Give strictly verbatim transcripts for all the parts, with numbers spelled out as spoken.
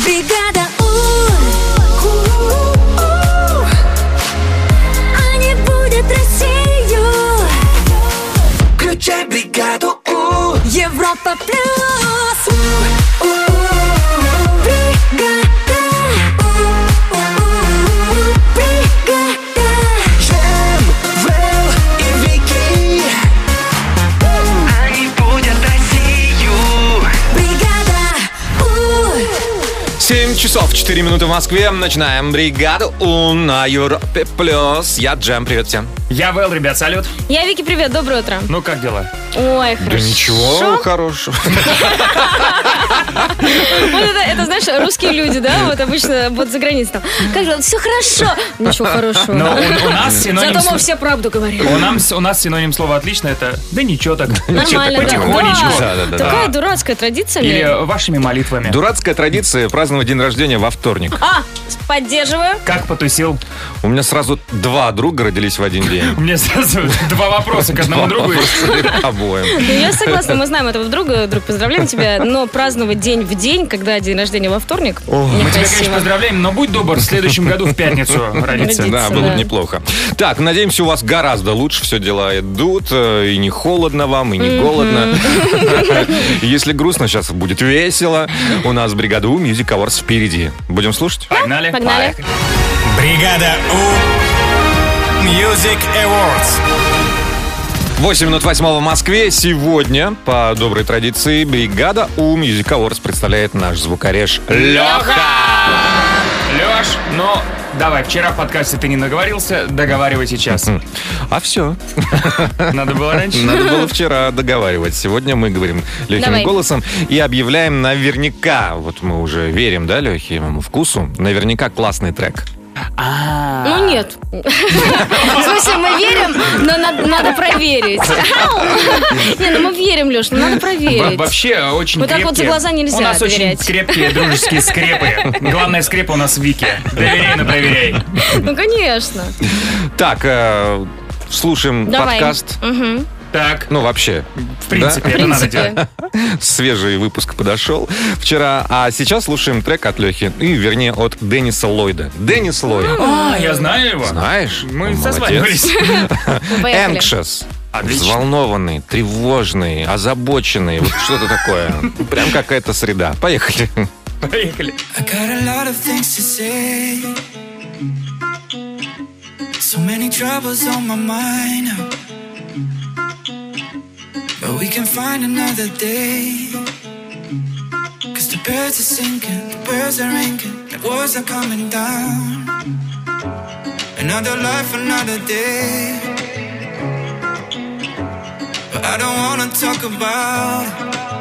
Бригада У. Они будут Россию. Включай бригаду У. Европа плюс. семь часов четыре минуты в Москве. Начинаем бригаду У на Европе плюс. Я Джем, привет всем. Я Вэл, ребят, салют. Я Вики, привет, доброе утро. Ну, как дела? Ой, хорошо. Да ничего хорошего. Вот это, это, знаешь, русские люди, да, вот обычно вот за границей там. Как же, все хорошо. Ничего хорошего. Но у, у нас синоним... Зато мы все правду говорим. У нас, у нас синоним слова «отлично» — это «да ничего так». Нормально, да. Потихонечку. Да. Да, да, да. Такая дурацкая традиция. Или наверное. вашими молитвами. Дурацкая традиция праздновать день рождения во вторник. А, поддерживаю. Как потусил? У меня сразу два друга родились в один день. У меня сразу два вопроса к одному другу. Обоим. Ну, я согласна, мы знаем этого друга, друг, поздравляем тебя, но праздновать день в день, когда день рождения во вторник, Мы тебя, конечно, некрасиво. поздравляем, но будь добр, в следующем году в пятницу родиться. Родиться. Да, было бы да. неплохо. Так, надеемся, у вас гораздо лучше все дела идут. э, И не холодно вам, и не голодно. Если грустно, сейчас будет весело. У нас бригада У Music Awards впереди. Будем слушать? Погнали. Погнали. Бригада У Music Awards. восемь минут восьмого в Москве. Сегодня, по доброй традиции, бригада У Music Awards представляет наш звукореж Леха. Леш, ну, давай, вчера в подкасте ты не наговорился, договаривай сейчас. А все. Надо было раньше. Надо было вчера договаривать. Сегодня мы говорим Лехиным Давай. голосом и объявляем наверняка, вот мы уже верим, да, Лехиному вкусу, наверняка классный трек. Ну нет. В смысле, мы верим, но надо, надо проверить. Ау! Не, ну мы верим, Леш, но надо Во- проверить. Вообще очень Вот так крепкие. вот за глаза нельзя У нас доверять. очень крепкие дружеские скрепы. Главная скрепа у нас Вики. Доверяй, но проверяй. Ну, конечно. Так, э, слушаем Давай. подкаст. Мгм. Так, Ну, вообще. в принципе, В это надо принципе. делать. Свежий выпуск подошел вчера. А сейчас слушаем трек от Лехи. И, вернее, от Денниса Ллойда. Деннис Ллойд. А, я знаю его. Знаешь? Мы Молодец. созванивались. Поехали. Anxious. Отлично. Взволнованный, тревожный, озабоченный. Вот что-то такое. Прям какая-то среда. Поехали. Поехали. I got a lot of things to say. So many troubles on my mind now. But we can find another day. Cause the birds are singing, the birds are ringing, the walls are coming down. Another life, another day. But I don't wanna talk about it.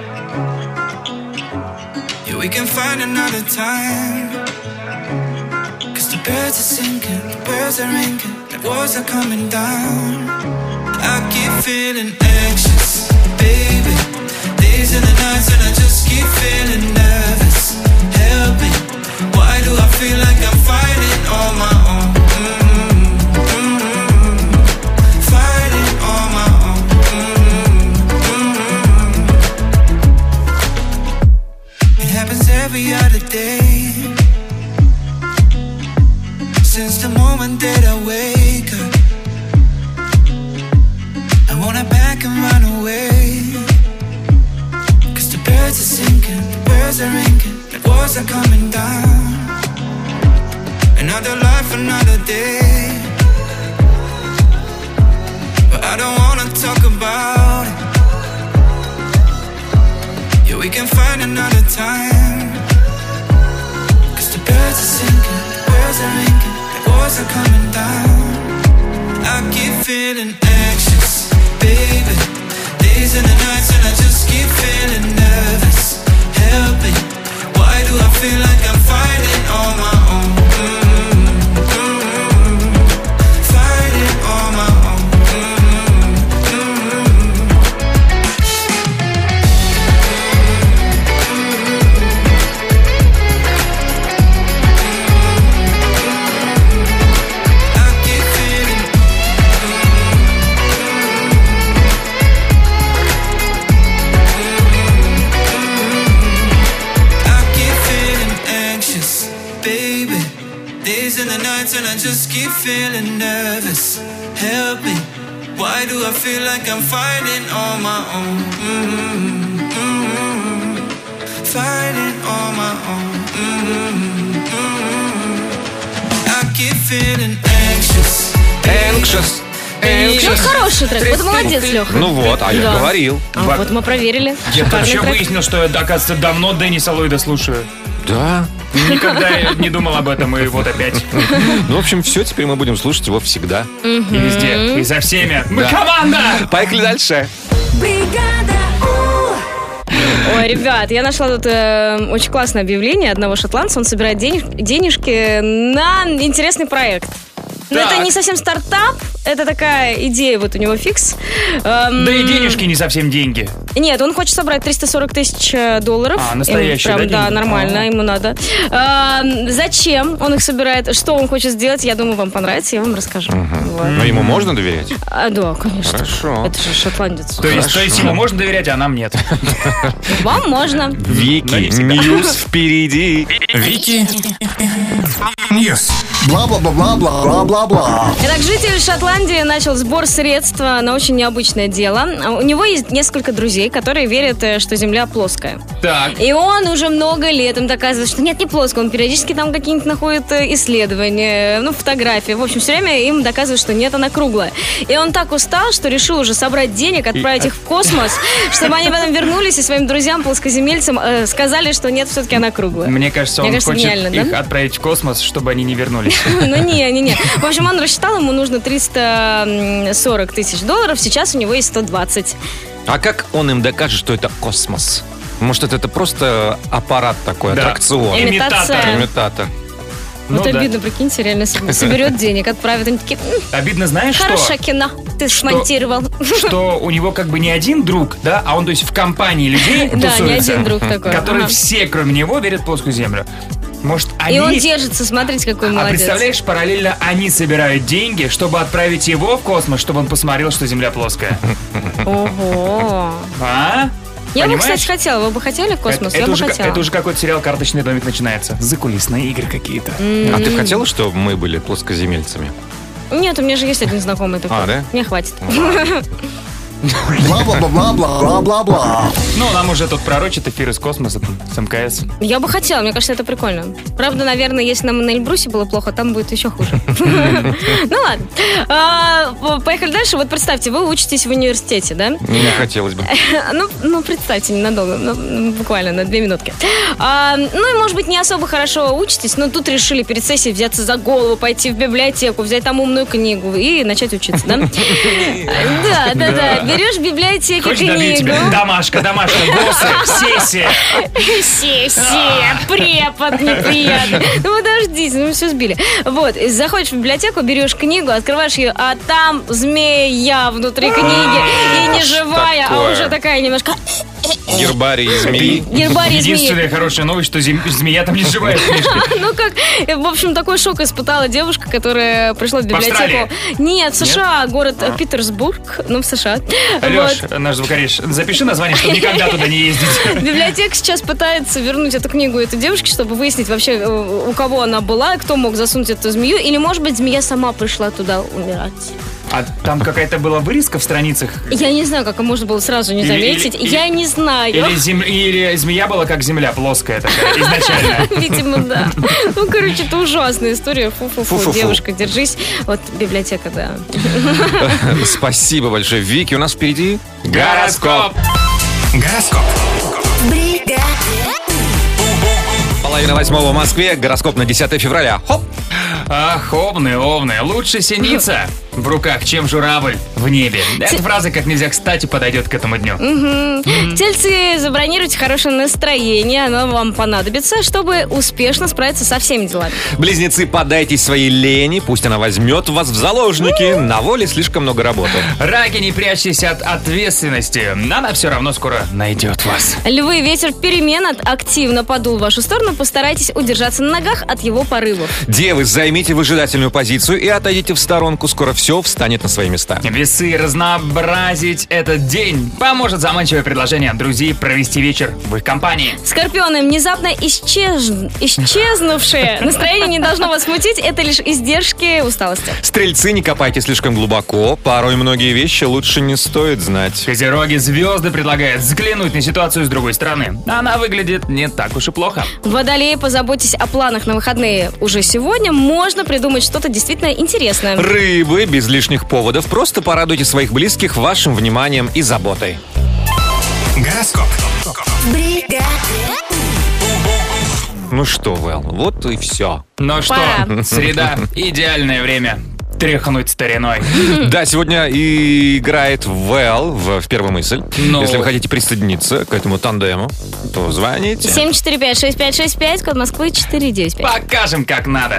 Yeah, we can find another time. Cause the birds are singing, the birds are ringing, the walls are coming down. I keep feeling anxious, baby. These are the nights and I just keep feeling nervous. Help me, why do I feel like I'm fighting on my own? Mm-hmm, mm-hmm. Fighting on my own. Mm-hmm, mm-hmm. It happens every other day. Since the moment that I wake up, I wanna back and run away. Cause the birds are singing, the birds are ringing, the walls are coming down. Another life, another day. But I don't wanna talk about it. Yeah, we can find another time. Cause the birds are singing, the birds are ringing, the walls are coming down. I keep feeling anxious, baby. Days and the nights and I just keep feeling nervous. Help me, why do I feel like I'm fighting on my own? Mm-hmm, mm-hmm. Fighting on my own. I keep feeling. I keep feeling days and the nights and I just keep feeling nervous. Help me, why do I feel like I'm fighting on my own? Mm-hmm, mm-hmm. Fighting on my own. Mm-hmm, mm-hmm. I keep feeling anxious. Anxious. Ну, хороший трек. Вот молодец, Леха. Ну вот, а я Да. говорил. А вот мы проверили. Я Шикарный вообще трек. выяснил, что я, оказывается, давно Денниса Ллойда слушаю. Да. Никогда я не думал об этом, и вот опять. Ну, в общем, все, теперь мы будем слушать его всегда. И везде, и со всеми. Мы Да. команда! Поехали дальше. Бригада У. Ой, ребят, я нашла тут э, очень классное объявление одного шотландца. Он собирает денег, денежки на интересный проект. Но Так. это не совсем стартап, это такая идея, вот у него фикс. Эм, Да и денежки не совсем деньги. Нет, он хочет собрать триста сорок тысяч долларов. А, настоящие, Им прям, да, да, деньги? нормально, А. ему надо. Эм, зачем он их собирает? Что он хочет сделать? Я думаю, вам понравится, я вам расскажу. Вот. Но ему можно доверять? А, да, конечно. Хорошо. Это же шотландец. То есть, то есть ему можно доверять, а нам нет. Вам можно. Вики, Но не всегда. Ньюс впереди. Вики Ньюс. Бла-бла-бла-бла-бла-бла-бла. Итак, житель Шотландии начал сбор средств на очень необычное дело. У него есть несколько друзей, которые верят, э, что Земля плоская. Так. И он уже много лет им доказывает, что нет, не плоская. Он периодически там какие-нибудь находит э, исследования, ну, фотографии. В общем, все время им доказывают, что нет, она круглая. И он так устал, что решил уже собрать денег, отправить их в космос, чтобы они потом вернулись и своим друзьям-плоскоземельцам э, сказали, что нет, все-таки она круглая. Мне кажется, Мне он кажется, хочет гениально, их да? отправить в космос, чтобы они не вернулись. Ну не, не, не. В общем, он рассчитал, ему нужно триста сорок тысяч долларов, сейчас у него есть сто двадцать. А как он им докажет, что это космос? Может, это, это просто аппарат такой, Да. аттракцион, Имитация. имитатор. Ну Вот да. обидно, прикиньте, реально соб- соберет денег, отправит. Они такие, «М, Обидно, знаешь что? хорошее кино, ты смонтировал. Что у него как бы не один друг, да, а он, то есть, в компании людей Да, не тусуется, один друг такой. которые Ага. все, кроме него, верят в плоскую землю. Может, они... И он держится, смотрите, какой А молодец. представляешь, параллельно они собирают деньги, чтобы отправить его в космос, чтобы он посмотрел, что Земля плоская. Ого. А? Я бы, Понимаешь? кстати, хотела. Вы бы хотели в космос? Это, Я это бы уже, хотела. это уже какой-то сериал «Карточный домик» начинается. Закулисные игры какие-то. А ты хотела, чтобы мы были плоскоземельцами? Нет, у меня же есть один знакомый такой. А, да? Мне хватит. Бла-бла-бла-бла-бла-бла-бла. Ну, нам уже тут пророчат эфир из космоса там, с МКС. Я бы хотела, мне кажется, это прикольно. Правда, наверное, если нам на Эльбрусе было плохо, там будет еще хуже. Ну ладно. А, Поехали дальше. Вот представьте, вы учитесь в университете, да? Не хотелось бы. Ну, ну, представьте, ненадолго, ну, буквально на две минутки. А, ну, и, может быть, не особо хорошо учитесь, но тут решили перед сессией взяться за голову, пойти в библиотеку, взять там умную книгу и начать учиться, да? Да, да, да. Берешь в библиотеке Хочешь, добью книгу. тебя? Домашка, домашка, боссы, сессия. Сессия, препод неприятный. Ну, подождите, ну, все сбили. Вот, и заходишь в библиотеку, берешь книгу, открываешь ее, а там змея внутри книги. И не живая, а такое? уже такая немножко... Гербарий змеи. Гербарий змеи. Единственная хорошая новость, что зем- змея там не живая в книжке. Ну как, в общем, такой шок испытала девушка, которая пришла в библиотеку. Австралии? Нет, в США, город э, Питерсбург, ну в США. Леш, Вот. наш звукорежь, запиши название, чтобы никогда туда не ездить. Библиотека сейчас пытается вернуть эту книгу этой девушке, чтобы выяснить вообще, э, у кого она была, кто мог засунуть эту змею, или, может быть, змея сама пришла туда умирать. А там какая-то была вырезка в страницах? Я не знаю, как можно было сразу не Или- заметить. или- Я не знаю. Или, зем- или змея была как земля, плоская такая, изначально. Видимо, да. Ну, короче, это ужасная история. Фу-фу-фу, Фу-фу-фу. девушка, держись. Вот библиотека, да. Спасибо большое, Вики. У нас впереди Гороскоп. Гороскоп. Бригада половина восьмого в Москве. Гороскоп на десятое февраля. Хоп! Ах, овны, овны, лучше синица в руках, чем журавль в небе. Эта фраза как нельзя кстати подойдет к этому дню. Тельцы, забронируйте хорошее настроение, оно вам понадобится, чтобы успешно справиться со всеми делами. Близнецы, поддайтесь своей лени, пусть она возьмет вас в заложники. На воле слишком много работы. Раки, не прячьтесь от ответственности. Она все равно скоро найдет вас. Львы, ветер перемен от- активно подул в вашу сторону, постарайтесь удержаться на ногах от его порывов. Девы, займите выжидательную позицию и отойдите в сторонку. Скоро все все встанет на свои места. Весы разнообразить этот день поможет заманчивое предложение от друзей провести вечер в их компании. Скорпионы, внезапно исчез... исчезнувшее настроение не должно вас смутить, это лишь издержки усталости. Стрельцы, не копайте слишком глубоко, порой многие вещи лучше не стоит знать. Козероги, звезды предлагают взглянуть на ситуацию с другой стороны. Она выглядит не так уж и плохо. Водолеи, позаботьтесь о планах на выходные уже сегодня, можно придумать что-то действительно интересное. Рыбы, без лишних поводов, просто порадуйте своих близких вашим вниманием и заботой. Гороскоп. Ну что, Вэл, вот и все. Ну что, Пора. среда, идеальное время тряхнуть стариной. Да, сегодня и играет Вэл в, в первую мысль. Ну. Если вы хотите присоединиться к этому тандему, то звоните. семь четыре пять шесть пять шесть пять, код Москвы четыре девять пять. Покажем, как надо.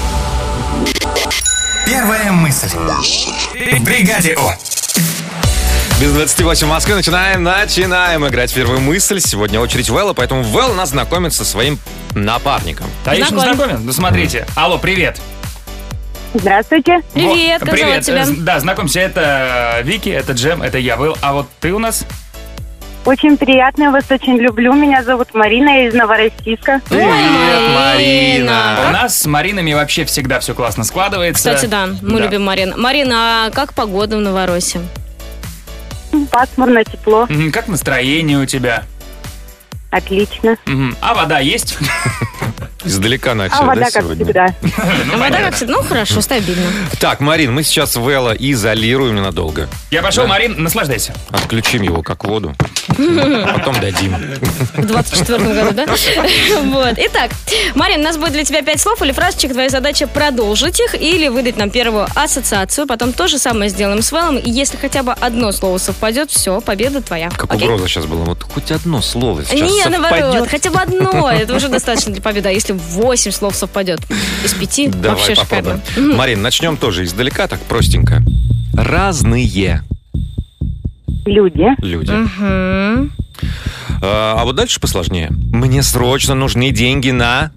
Первая мысль. В бригаде У. Без двадцати восьми в Москве начинаем, начинаем играть в первую мысль. Сегодня очередь Вэлла, поэтому Вэл нас знакомит со своим напарником. А еще не Знакомь. знакомен? Ну смотрите. Алло, привет. Здравствуйте. Привет, Вот, как зовут привет. тебя? Э, Да, знакомься, это Вики, это Джем, это я, Вэл. А вот ты у нас? Очень приятно, я вас очень люблю. Меня зовут Марина, я из Новороссийска. Привет, У Марина. нас с Маринами вообще всегда все классно складывается. Кстати, да, мы Да. любим Марину. Марина, а как погода в Новороссии? Пасмурно, тепло. Мгм, как настроение у тебя? Отлично. Мгм. А вода есть? Издалека начали, А вода, да, как сегодня? всегда. Ну, Вода понятно. как всегда, ну хорошо, стабильно. Так, Марин, мы сейчас Вэлла изолируем ненадолго. Я пошел, Марин, наслаждайся. Отключим его как воду. Потом дадим. В двадцать четвёртом году, да? Вот. Итак, Марин, у нас будет для тебя пять слов или фразочек. Твоя задача продолжить их или выдать нам первую ассоциацию. Потом то же самое сделаем с Вэллом. И если хотя бы одно слово совпадет, все, победа твоя. Как Окей? угроза сейчас была. Вот хоть одно слово сейчас Не, наоборот, совпадет. хотя бы одно. Это уже достаточно для победы. А если восемь слов совпадет из пяти, Давай вообще попробуем. шикарно. Марин, начнем тоже издалека, так простенько. Разные Люди. люди. Мгм. А, а вот дальше посложнее. Мне срочно нужны деньги на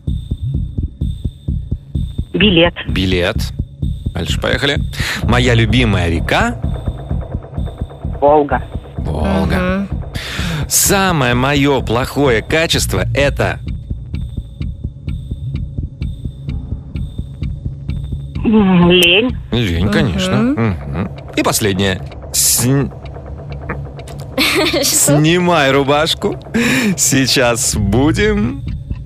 Билет. билет. Дальше поехали. Моя любимая река Волга. Волга. Мгм. Самое мое плохое качество — это М, Лень. лень, конечно. Мгм. И последнее. Сн- Снимай рубашку. Сейчас будем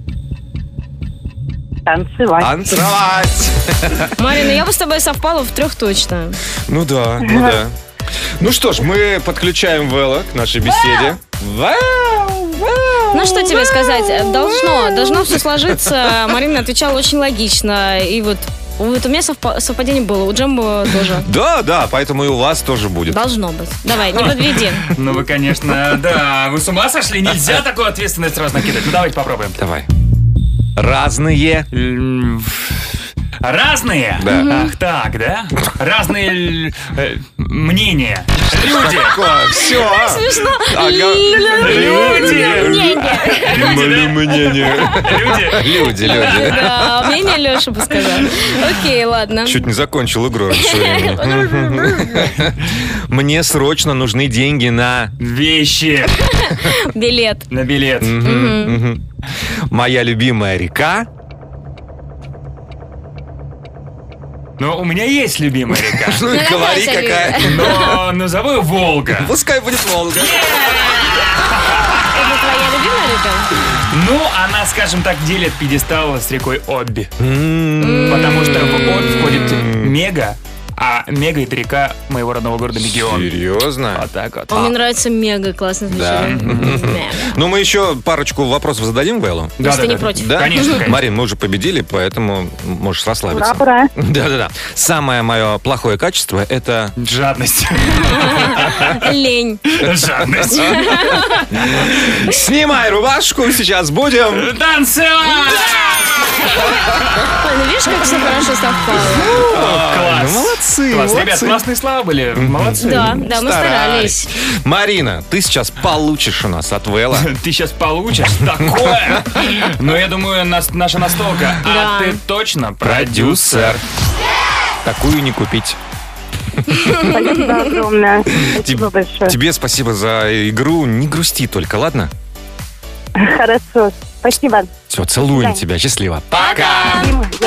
Танцевать. танцевать. Марина, я бы с тобой совпала в трех точно. Ну да, ну да. Ну что ж, мы подключаем Вэлла к нашей беседе. Вау, вау, Ну, что тебе вау. сказать? Должно, должно все сложиться. Марина отвечала очень логично. И вот, вот у меня совпа- совпадение было, у Джембо тоже. Да, да, поэтому и у вас тоже будет. Должно быть. Давай, не подведи. Ну вы, конечно, да. Вы с ума сошли? Нельзя такую ответственность сразу накидать. Ну давайте попробуем. Давай. Разные. М, Разные? Да. Ах так, да? Разные л- э, мнения. Люди. Все. Смешно. Люди. Мнение. Люди. Люди, люди. Да, мнение Леши бы сказал. Окей, ладно. Чуть не закончил игру раньше времени. Мне срочно нужны деньги на... Вещи. Билет. На билет. Мгм, мгм. Моя любимая река. Ну, у меня есть любимая река. Ну и Ну, говори, давай, какая. Но назову ее Волга. Пускай будет Волга. Это твоя любимая река? Ну, она, скажем так, делит пьедестал с рекой Обби. М. Потому что в Обь входит Мега, а Мега — это река моего родного города Мегион. Серьезно? Вот так вот. Мне нравится мега, классно звучит. Да. Мега. Ну, мы еще парочку вопросов зададим Вэллу. Да, Если да, ты не да. против. Да? Конечно, конечно. Марин, мы уже победили, поэтому можешь расслабиться. Ура, ура. Да-да-да. Самое мое плохое качество — это... Жадность. Лень. Жадность. Снимай рубашку, сейчас будем... Танцевать! Ой, ну видишь, как все хорошо совпало. Класс. Ну, молодцы, Класс. Ребят, молодцы. классные слова были. Молодцы. Да, да, мы старались. Марина, ты сейчас получишь у нас от Вэлла. Ты сейчас получишь такое. Но я думаю, нас- наша настолка. А Да. ты точно продюсер. Такую не купить. Спасибо огромное. Спасибо большое. Тебе спасибо за игру. Не грусти только, ладно? Хорошо. Спасибо. Все, целуем тебя. Счастливо. Пока!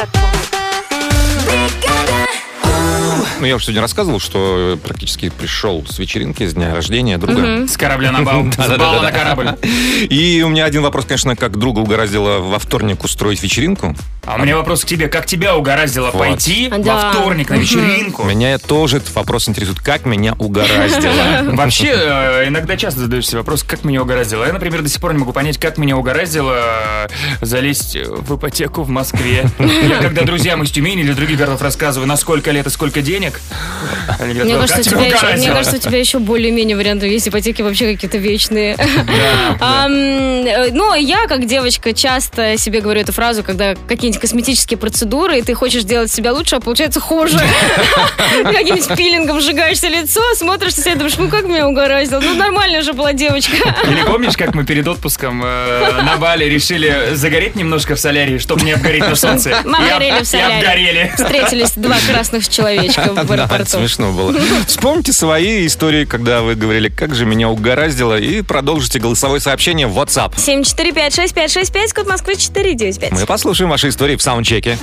Ну, я уже сегодня рассказывал, что практически пришел с вечеринки, с дня рождения друга. С корабля на бал, с бала на корабль. И у меня один вопрос, конечно, как друга угораздило во вторник устроить вечеринку. А у меня вопрос к тебе. Как тебя угораздило Вот. пойти Да. во вторник на вечеринку? Меня тоже этот вопрос интересует. Как меня угораздило? Вообще, э, иногда часто задаешь себе вопрос, как меня угораздило. Я, например, до сих пор не могу понять, как меня угораздило э, залезть в ипотеку в Москве. Я когда друзьям из Тюмени или других городов рассказываю, на сколько лет и сколько денег, они говорят, Мне «Ну, кажется, как у тебя тебя еще, мне угораздило?» кажется, у тебя еще более-менее вариантов есть. Ипотеки вообще какие-то вечные. Да, да. Ам, э, Ну, я, как девочка, часто себе говорю эту фразу, когда какие-нибудь косметические процедуры, и ты хочешь сделать себя лучше, а получается хуже. Каким-нибудь пилингом сжигаешь себе лицо, смотришь на себя и думаешь, ну как меня угораздило. Ну, нормальная же была девочка. Или помнишь, как мы перед отпуском э, на Бали решили загореть немножко в солярии, чтобы не обгореть на солнце? Мы И об- обгорели в И солярии. обгорели. Встретились два красных человечка в Да, аэропорту. смешно было. Вспомните свои истории, когда вы говорили, как же меня угораздило, и продолжите голосовое сообщение в WhatsApp. семь четыре пять шесть пять шесть пять, код Москвы четыре девять пять. Мы послушаем ваши истории в саундчеке.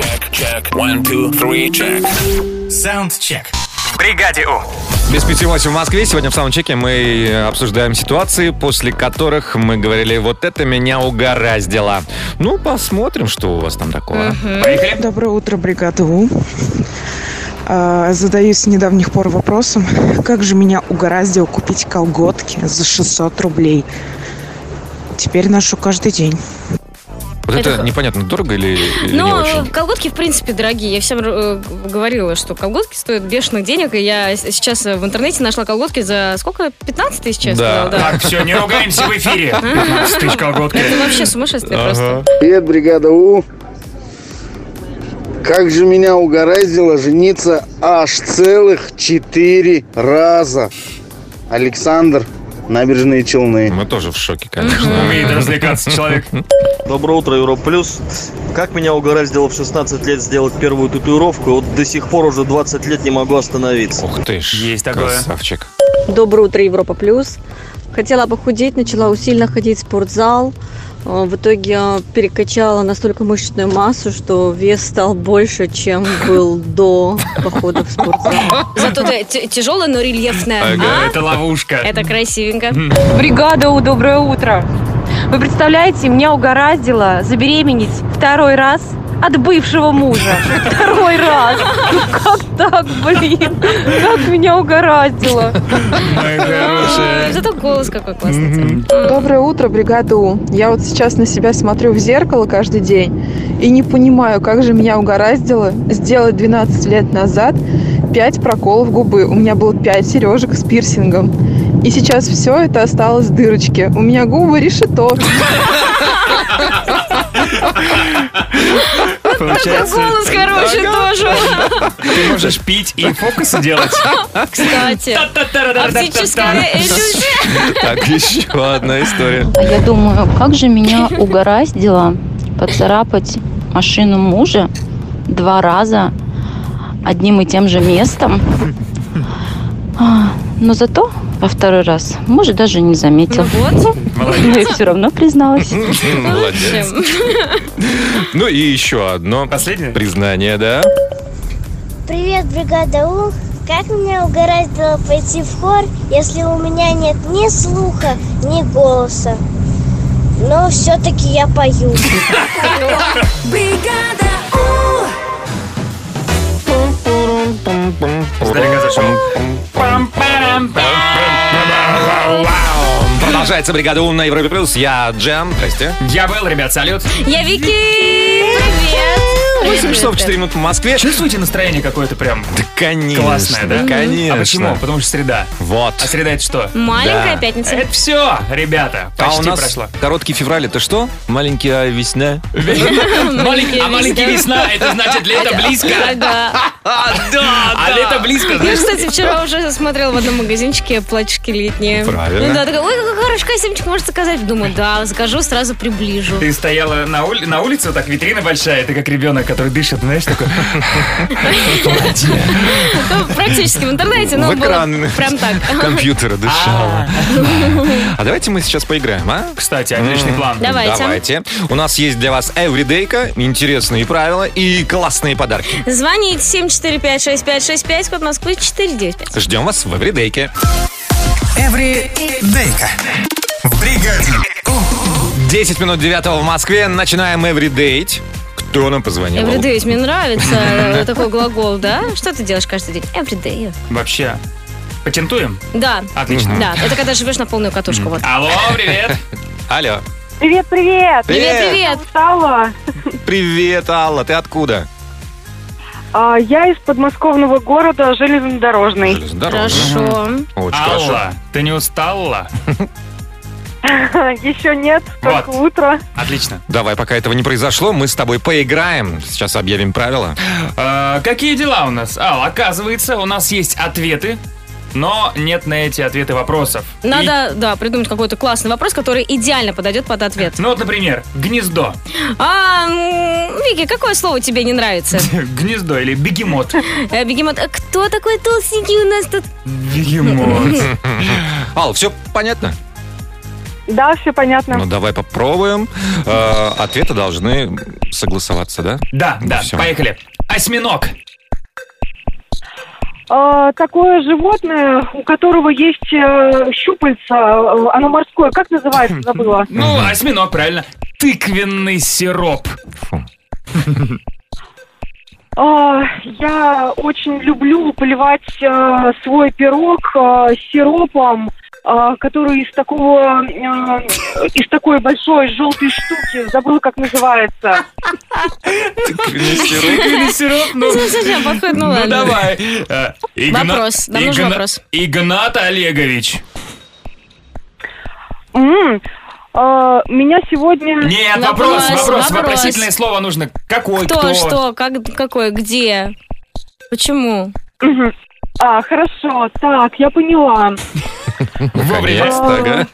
Саундчек. В бригаде У. Без пяти восемь в Москве. Сегодня в саундчеке мы обсуждаем ситуации, после которых мы говорили, вот это меня угораздило. Ну, посмотрим, что у вас там такое. Поехали. Доброе утро, бригада У. А, Задаюсь с недавних пор вопросом, как же меня угораздило купить колготки за шестьсот рублей. Теперь ношу каждый день. Вот это, Это- непонятно, дорого или, или не Ну, очень? колготки, в принципе, дорогие. Я всем э, говорила, что колготки стоят бешеных денег. И я с- сейчас в интернете нашла колготки за сколько? пятнадцать тысяч, я Да. сказала, да. Так, все, не ругаемся в эфире. пятнадцать тысяч колготки. Это вообще сумасшествие просто. Привет, бригада У. Как же меня угораздило жениться аж целых четыре раза. Александр, Набережные Челны. Мы тоже в шоке, конечно. Умеет развлекаться человек. Доброе утро, Европа Плюс. Как меня угораздило в шестнадцать лет сделать первую татуировку, вот до сих пор уже двадцать лет не могу остановиться. Ух ты ж, Есть такое. красавчик. Доброе утро, Европа Плюс. Хотела похудеть, начала усиленно ходить в спортзал. Э, В итоге э, перекачала настолько мышечную массу, что вес стал больше, чем был до похода в спортзал. Зато ты т- тяжелая, но рельефная. Ага. А? Это ловушка. Это красивенько. Бригада У, доброе утро. Вы представляете, меня угораздило забеременеть второй раз от бывшего мужа. Второй раз. Ну как так, блин? Как меня угораздило. Моя хорошая. Зато голос какой классный. Доброе утро, бригада У. Я вот сейчас на себя смотрю в зеркало каждый день и не понимаю, как же меня угораздило сделать двенадцать лет назад пять проколов губы. У меня было пять сережек с пирсингом. И сейчас все это осталось в дырочке. У меня губы решето. Получается, Голос хороший тоже. ты можешь пить и фокусы делать. Кстати. Оптическая иллюзия. Так, еще одна история. А я думаю, как же меня угораздило поцарапать машину мужа два раза одним и тем же местом. А, Но зато во второй раз муж даже не заметил. Вот. Но и все равно призналась. Молодец. Ну и еще одно Последнее? признание, да? Привет, бригада У. Как меня угораздило пойти в хор, если у меня нет ни слуха, ни голоса? Но все-таки я пою. Издалека зашел. Продолжается бригада У на Европе Плюс. Я Джем. Здрасте. Я был, ребят, салют. Я Вики. Привет. восемь часов четыре минуты в Москве. Чувствуете настроение какое-то прям Да, конечно. классное, да? Конечно. А почему? Потому что среда. Вот. А среда это что? Маленькая Да. пятница. Это все, ребята, А у почти нас прошло. короткий февраль, это что? Маленькая весна. Маленький, а маленький весна, это значит лето близко. Да. А лето близко, Я, знаешь? кстати, вчера уже смотрела в одном магазинчике платьишки летние. Правильно. Ну да, такая, ой, какой хороший костюмчик, может заказать? Думаю, да, закажу, сразу приближу. Ты стояла на, ули- на улице, вот так витрина большая, ты как ребенок который дышит, знаешь, такой... Ну, практически в интернете, но В экран было прям так. компьютера дышала. А давайте мы сейчас поиграем, а? Кстати, отличный план. Давайте. Давайте. У нас есть для вас эвридейка, интересные правила и классные подарки. Звоните семь четыре пять шесть пять шесть пять, код Москвы четыре девять пять. Ждем вас в эвридейке. Эвридейка. В бригаде. десять минут девятого в Москве. Начинаем эвридейт. Кто нам позвонил? Everyday, мне нравится такой глагол, да? Что ты делаешь каждый день? Everyday. Вообще, патентуем? Да. Отлично. Да, это когда живешь на полную катушку. Вот. Алло, привет. Алло. Привет, привет. Привет, привет. Алла. Привет, Алла. Ты откуда? А, я из подмосковного города Железнодорожный. Хорошо. Очень Алла, хорошо. ты не устала? Еще нет, только Вот. утро. Отлично. Давай, пока этого не произошло, мы с тобой поиграем. Сейчас объявим правила. А, какие дела у нас? Ал, оказывается, у нас есть ответы, но нет на эти ответы вопросов. Надо, да, придумать какой-то классный вопрос, который идеально подойдет под ответ. Ну вот, например, гнездо. А, м, Вики, какое слово тебе не нравится? Гнездо или бегемот. Э, Бегемот. А кто такой толстенький у нас тут? Бегемот. Ал, все понятно? Да, все понятно. Ну, давай попробуем. Э, Ответы должны согласоваться, да? Да, да, Всё. поехали. Осьминог. А, такое животное, у которого есть э, щупальца, э, оно морское, как называется, забыла. Ну, осьминог, правильно. Тыквенный сироп. А, я очень люблю поливать э, свой пирог э, сиропом, э, который из такого, э, из такой большой желтой штуки, забыла, как называется. Тыквенный сироп. Тыквенный сироп, ну... Совсем подходит, ну Ну ладно. давай. Э, Игна- Вопрос, нам нужен Игна- вопрос. Игнат Олегович. М, а, меня сегодня... Нет, Вопрос, вопрос, вопрос, вопрос. Вопросительное слово нужно. Какой, Кто, кто? что, как, какой, где? Почему? Мгм. А, хорошо, так, я поняла. Вовремя. Наконец-то, ага.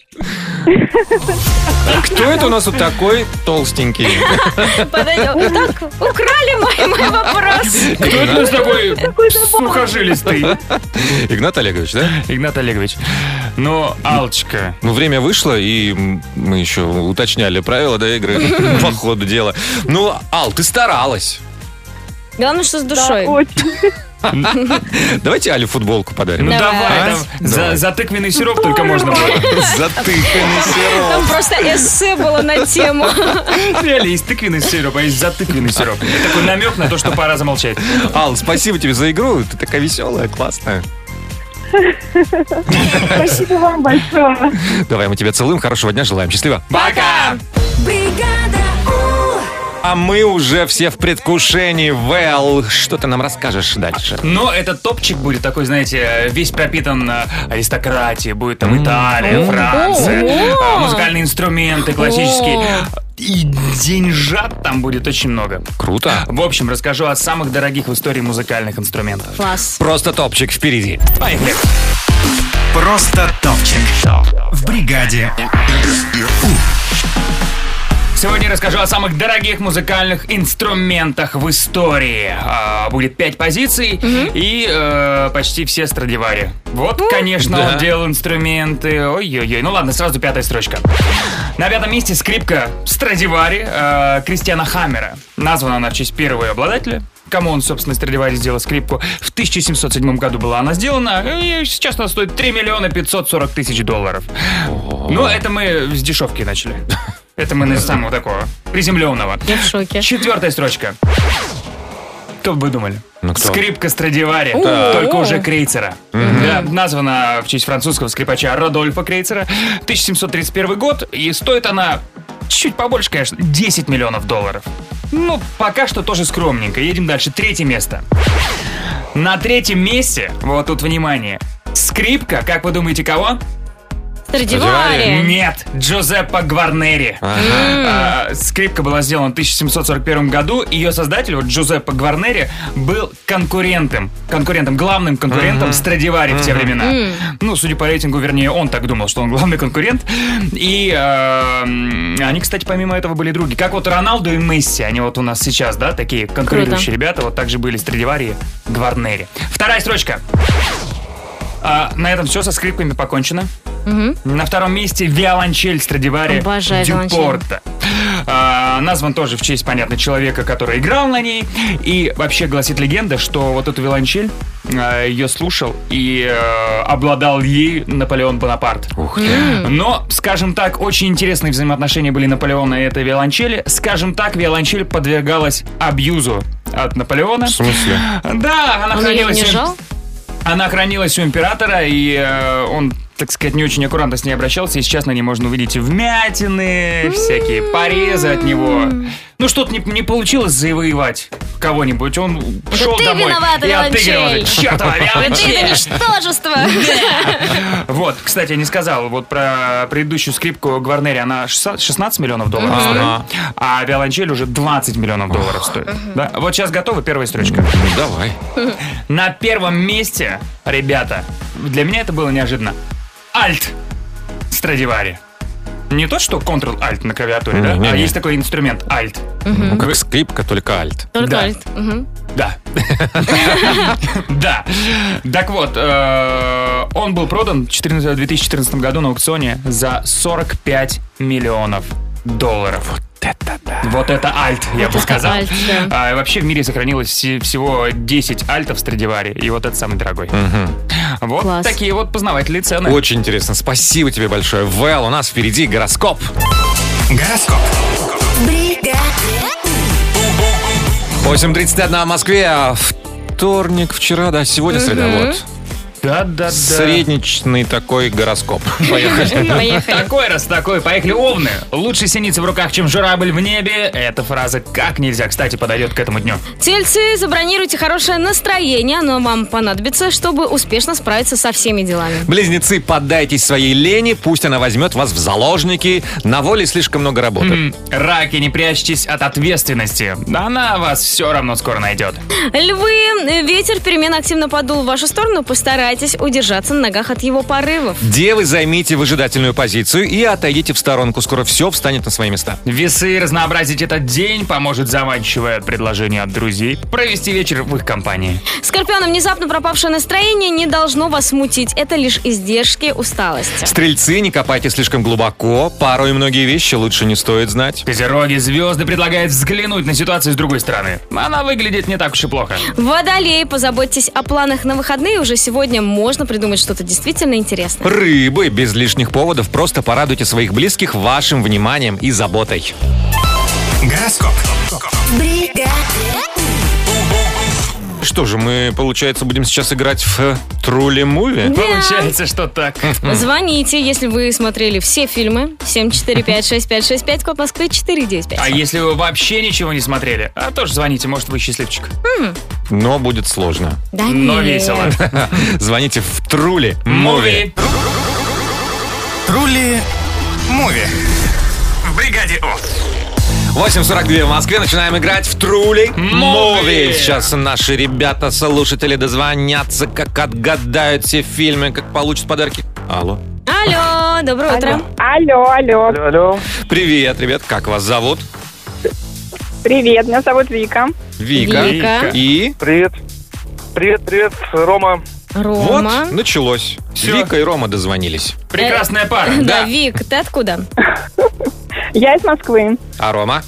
Кто это у нас тут такой толстенький? Подойдем. Так, украли мой, мой вопрос. Кто это у нас такой сухожилистый? Игнат Олегович, да? Игнат Олегович. Ну, Алчка. Ну, время вышло, и мы еще уточняли правила, да, игры по ходу дела. Ну, Ал, ты старалась. Главное, что с Да, душой. очень. Давайте Але футболку подарим. Ну Давай. давай, А? там за, Давай. за тыквенный сироп только можно было. Затыканный сироп. Там просто эссе было на тему. Реально, есть тыквенный сироп, а есть затыквенный сироп. Это такой намек на то, что пора замолчать. Ал, спасибо тебе за игру. Ты такая веселая, классная. Спасибо вам большое. Давай, мы тебя целуем. Хорошего дня, желаем. Счастливо. Пока! А мы уже все в предвкушении. Вэл, что ты нам расскажешь дальше? Но этот топчик будет такой, знаете, весь пропитан э, аристократией. Будет там Италия, Франция, э, музыкальные инструменты классические. И деньжат там будет очень много. Круто. В общем, расскажу о самых дорогих в истории музыкальных инструментах. Класс. Просто топчик впереди. Поехали. Просто топчик. В бригаде. Сегодня расскажу о самых дорогих музыкальных инструментах в истории. А, будет пять позиций и э, почти все Страдивари. Вот, конечно, Да. он делал инструменты. Ой-ой-ой. Ну ладно, сразу пятая строчка. На пятом месте скрипка Страдивари э, Кристиана Хаммера. Названа она в честь первого ее обладателя. Кому он, собственно, Страдивари сделал скрипку. В тысяча семьсот седьмом году была она сделана. И сейчас она стоит три миллиона пятьсот сорок тысяч долларов. Ну, это мы с дешевки начали. Это мы на самого такого приземленного. Я в шоке. Четвертая строчка. Кто бы вы думали? Ну, кто? Скрипка Страдивари, О. только уже Крейцера. Да, названа в честь французского скрипача Родольфа Крейцера. тысяча семьсот тридцать первый год. И стоит она чуть побольше, конечно, десять миллионов долларов. Ну, пока что тоже скромненько. Едем дальше. Третье место. На третьем месте, вот тут внимание, скрипка, как вы думаете, кого? Страдивари. Нет, Джузеппе Гварнери. Ага. А, скрипка была сделана в тысяча семьсот сорок первом году. Ее создатель, вот Джузеппе Гварнери, был конкурентом, конкурентом, главным конкурентом Ага. Страдивари в те Ага. времена. М. Ну, судя по рейтингу, вернее, он так думал, что он главный конкурент. И э, они, кстати, помимо этого были други. Как вот Роналду и Месси, они вот у нас сейчас, да, такие конкурирующие ребята. Вот так же были Страдивари и Гварнери. Вторая строчка. А, на этом все, со скрипками покончено. Мгм. На втором месте виолончель Страдивари Обожаю виолончель. Дюпорта. А, назван тоже в честь, понятно, человека, который играл на ней. И вообще гласит легенда, что вот эту виолончель а, ее слушал и а, обладал ей Наполеон Бонапарт. Ух ты. Но, скажем так, очень интересные взаимоотношения были Наполеона и этой виолончели. Скажем так, виолончель подвергалась абьюзу от Наполеона. В смысле? Да, она Он ее хранилась... у- унижал? Она хранилась у императора, и э, он, так сказать, не очень аккуратно с ней обращался. И сейчас на ней можно увидеть и вмятины, всякие порезы от него. Ну, что-то не, не получилось завоевать кого-нибудь. Он шел ты домой виновата, и отыгрывал. виолончель. Чёртова Да ты это виолончель! ничтожество. Вот, кстати, я не сказал, вот про предыдущую скрипку Гварнери, она шестнадцать миллионов долларов Ага. стоит, а виолончель уже двадцать миллионов долларов стоит. Да? Вот сейчас готова первая строчка. Ну, давай. На первом месте, ребята, для меня это было неожиданно. Альт Страдивари. Не то, что Ctrl-Alt на клавиатуре, да? Не-не-не. А есть такой инструмент Alt. Ну, как скрипка, только альт. Только Да. альт. Мгм. Да. Да. Так вот, э, он был продан в две тысячи четырнадцатом году на аукционе за сорок пять миллионов долларов. Вот это да. Вот это альт, я Вот бы это сказал. альт, да. А, вообще в мире сохранилось все- всего десять альтов Страдивари, и вот это самый дорогой. Вот Класс. такие вот познавательные цены. Очень интересно. Спасибо тебе большое. Вэл, у нас впереди гороскоп. Гороскоп. восемь тридцать один в Москве. а Вторник, вчера, да, сегодня среда. Мгм. Вот. Да-да-да. Средничный такой гороскоп. Поехали. Поехали. Такой раз такой, поехали, овны. Лучше синица в руках, чем журавль в небе. Эта фраза как нельзя, кстати, подойдет к этому дню. Тельцы, забронируйте хорошее настроение, оно вам понадобится, чтобы успешно справиться со всеми делами. Близнецы, поддайтесь своей лени, пусть она возьмет вас в заложники. На воле слишком много работы. М, Раки, не прячьтесь от ответственности. Она вас все равно скоро найдет. Львы, ветер перемен активно подул в вашу сторону, постарайтесь удержаться на ногах от его порывов. Девы, займите выжидательную позицию и отойдите в сторонку. Скоро все встанет на свои места. Весы, разнообразить этот день поможет заманчивое предложение от друзей провести вечер в их компании. Скорпионы, внезапно пропавшее настроение не должно вас смутить. Это лишь издержки усталости. Стрельцы, не копайте слишком глубоко. Порой многие вещи лучше не стоит знать. Козероги, звезды предлагают взглянуть на ситуацию с другой стороны. Она выглядит не так уж и плохо. Водолеи, позаботьтесь о планах на выходные. Уже сегодня можно придумать что-то действительно интересное. Рыбы, без лишних поводов, просто порадуйте своих близких вашим вниманием и заботой. Гороскоп. Что же, мы, получается, будем сейчас играть в Truly Movie? Да. Получается, что так. Звоните, если вы смотрели все фильмы. семь четыре пять шесть пять шесть пять, код Москвы четыре девять пять. А если вы вообще ничего не смотрели, а тоже звоните, может, вы счастливчик. Но будет сложно. Да Но нет. весело. Звоните в Truly Movie. Муви. Трули Муви. В бригаде О. восемь сорок два в Москве. Начинаем играть в Truly Movie. Сейчас наши ребята, слушатели, дозвонятся, как отгадают все фильмы, как получат подарки. Алло. Алло, доброе утро. Алло, алло. Алло. Привет, ребят. Как вас зовут? Привет, меня зовут Вика. Вика. Вика. И Привет. Привет, привет, Рома. Рома. вот, началось. Всё. Вика и Рома дозвонились. Прекрасная пара. Да, Вик, ты откуда? Я из Москвы. А Рома?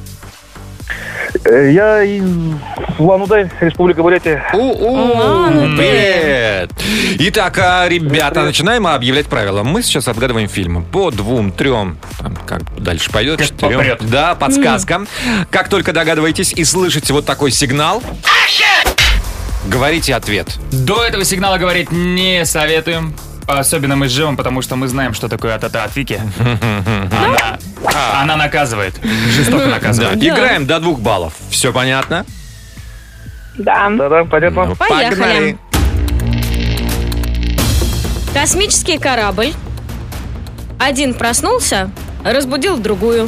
Я из Улан-Удэ, Республика Бурятия. Улан-Удэ. Привет! Итак, а, ребята, начинаем объявлять правила. Мы сейчас отгадываем фильмы по двум, трем, там, как дальше пойдет, Как четырем. попрет. Да, подсказка. Как только догадываетесь и слышите вот такой сигнал, говорите ответ. До этого сигнала говорить не советуем. Особенно мы с Живом, потому что мы знаем, что такое от-от от Вики. Она, она наказывает. Жестоко Да, наказывает. играем до двух баллов. Все понятно? Да. Да-да, понятно. Ну, Поехали. Космический корабль Один проснулся, разбудил другую.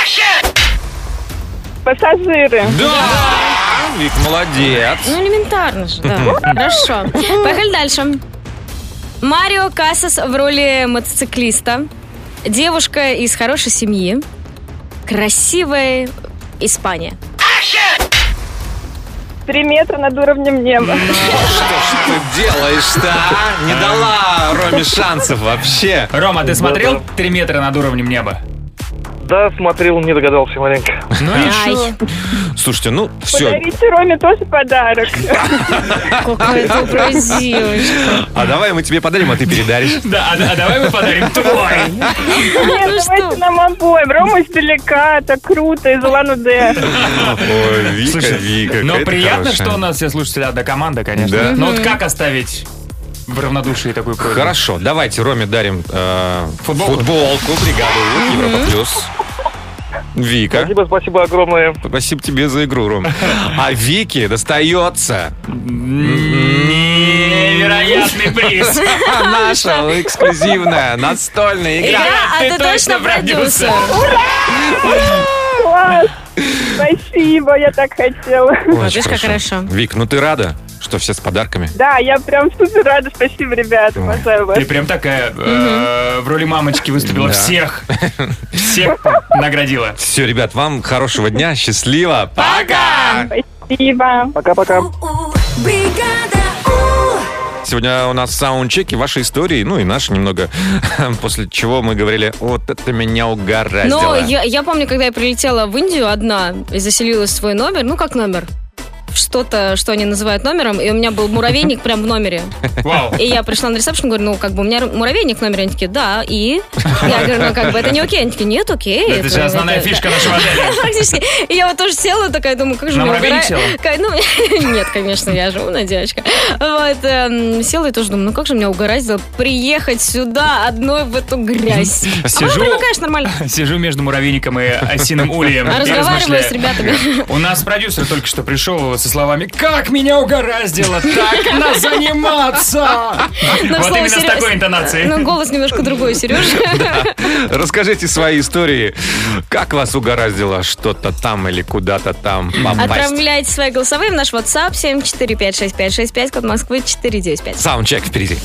Пассажиры. Да! Вик, молодец. Ну, элементарно же, да. Хорошо. Поехали дальше. Марио Касас в роли мотоциклиста. Девушка из хорошей семьи. Красивая Испания. Три метра над уровнем неба. Что ж ты делаешь-то, а? Не дала Роме шансов вообще. Рома, ты смотрел «Три метра над уровнем неба»? Да, смотрел, не догадался маленько. Ну ничего. Слушайте, ну все. Подарите Роме тоже подарок. Какая добрая девочка. А давай мы тебе подарим, а ты передаришь. Да, а, а давай мы подарим твой. Нет, давайте нам обоим. Рома издалека, так круто, из Улан-Удэ. Ой, Вика, Слушай, Вика. но какая ты приятно, хорошая. что у нас все слушатели одна команда, конечно. Да. Но вот как оставить в равнодушии такую просьбу? Хорошо, давайте Роме дарим э, Футболку? футболку, бригаду Европа плюс. Вика. Спасибо, спасибо огромное. Спасибо тебе за игру, Ром. А Вике достается невероятный приз. наша эксклюзивная настольная игра. Игра, а ты точно продюсер. Класс. Спасибо, я так хотела. Очень видишь, как хорошо. Вик, ну ты рада, что все с подарками? Да, я прям супер рада. Спасибо, ребята. Обожаю вас. Ты прям такая э, в роли мамочки выступила, Да. всех, всех наградила. Все, ребят, вам хорошего дня, счастливо. Пока! Спасибо. Пока-пока. Сегодня у нас в саундчеке ваши истории, ну и наши немного, после чего мы говорили, вот это меня угораздило. Но я, я помню, когда я прилетела в Индию одна и заселилась в свой номер, ну как номер? Что-то, что они называют номером, и у меня был муравейник прям в номере. Вау. И я пришла на ресепшн, говорю, ну, как бы, у меня муравейник в номере. Они такие, да, и? Я говорю, ну, как бы, это не окей. Они такие, нет, окей. Это же основная фишка нашего отеля. Практически. И я вот тоже села такая, думаю, как же На меня муравейник угора- Ка- Ну, нет, конечно, я же умная девочка. Вот, эм, села и тоже думаю, ну, как же меня угораздило приехать сюда одной в эту грязь. А Сижу- потом привыкаешь нормально. Сижу между муравейником и осиным ульем. и Разговариваю размышляю. с ребятами. У нас продюсер только что пришел со словами «Как меня угораздило так на заниматься!» Ну, к Вот слову, именно с Серё- такой интонацией. Ну, голос немножко другой, Сережа. Расскажите свои истории. Как вас угораздило что-то там или куда-то там попасть? Отправляйте свои голосовые в наш WhatsApp семь четыре пять шесть пять шесть пять, код Москвы четыре девять пять. Саундчек впереди.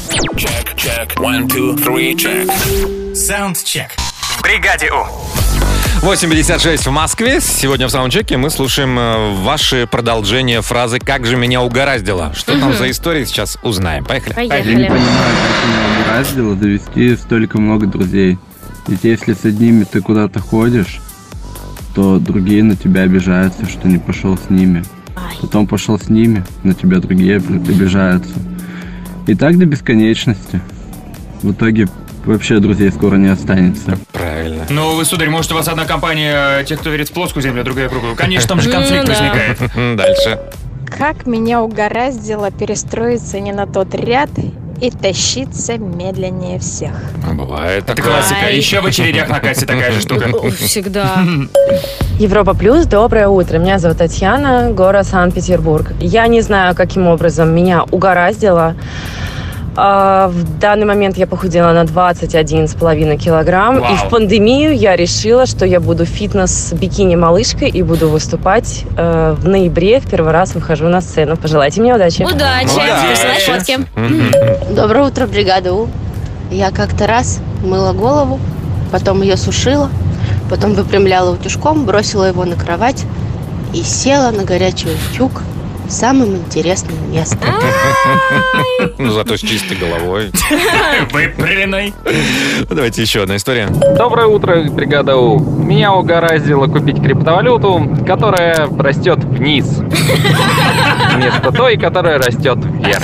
Саундчек. В бригаде У. восемь пятьдесят шесть в Москве. Сегодня в саундчеке мы слушаем э, ваши продолжения фразы «Как же меня угораздило». Что там за истории, сейчас узнаем. Поехали. Я не понимаю, как меня угораздило довести столько много друзей. Ведь если с одними ты куда-то ходишь, то другие на тебя обижаются, что не пошел с ними. Потом пошел с ними, на тебя другие обижаются. И так до бесконечности. В итоге вообще друзей скоро не останется. Правильно. Ну, вы, сударь, может, у вас одна компания тех, кто верит в плоскую землю, а другая в круглую. Конечно, там же конфликт Ну да. возникает. Дальше. Как меня угораздило перестроиться не на тот ряд и тащиться медленнее всех. Бывает Это такое. классика. Еще в очередях на кассе такая же штука. Всегда. Европа Плюс, доброе утро. Меня зовут Татьяна, город Санкт-Петербург. Я не знаю, каким образом меня угораздило. А, в данный момент я похудела на двадцать один с половиной килограмм. Вау. И в пандемию я решила, что я буду фитнес-бикини-малышкой и буду выступать э, в ноябре. В первый раз выхожу на сцену. Пожелайте мне удачи. Удачи. Присылай фотки. Доброе утро, бригада У. Я как-то раз мыла голову, потом ее сушила, потом выпрямляла утюжком, бросила его на кровать и села на горячий утюг самым интересным местом. Ну, зато с чистой головой. Выпрямленной. Давайте еще одна история. Доброе утро, бригада У. Меня угораздило купить криптовалюту, которая растет вниз. Вместо той, которая растет вверх.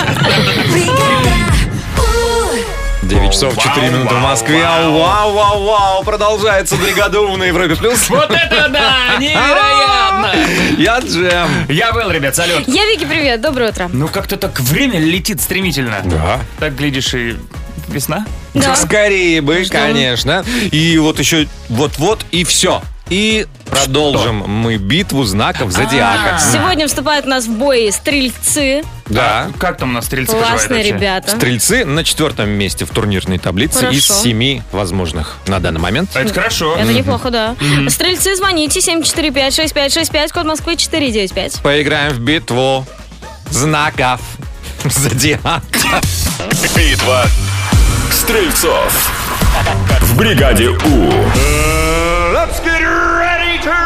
девять часов четыре минуты в Москве. Вау, вау, вау. Продолжается бригада У на Европе Плюс. Вот это да! Невероятно! Я Джем. Я Вэл, ребят, салют. Я Вики, привет, доброе утро. Ну, как-то так время летит стремительно. Да. Так, глядишь, и весна. Да. Скорее бы, Ждем. конечно. И вот еще вот-вот, и все. И продолжим мы битву знаков зодиака. Сегодня вступают у нас в бой стрельцы. Да. Как там у нас стрельцы Классные поживают вообще? ребята. Стрельцы на четвертом месте в турнирной таблице Хорошо. из семи возможных на данный момент. Это хорошо. Это неплохо, да. Стрельцы, звоните семь четыре пять шесть пять шесть пять, код Москвы четыре девять пять. Поиграем в битву знаков зодиака. Битва стрельцов в бригаде У. Let's get ready to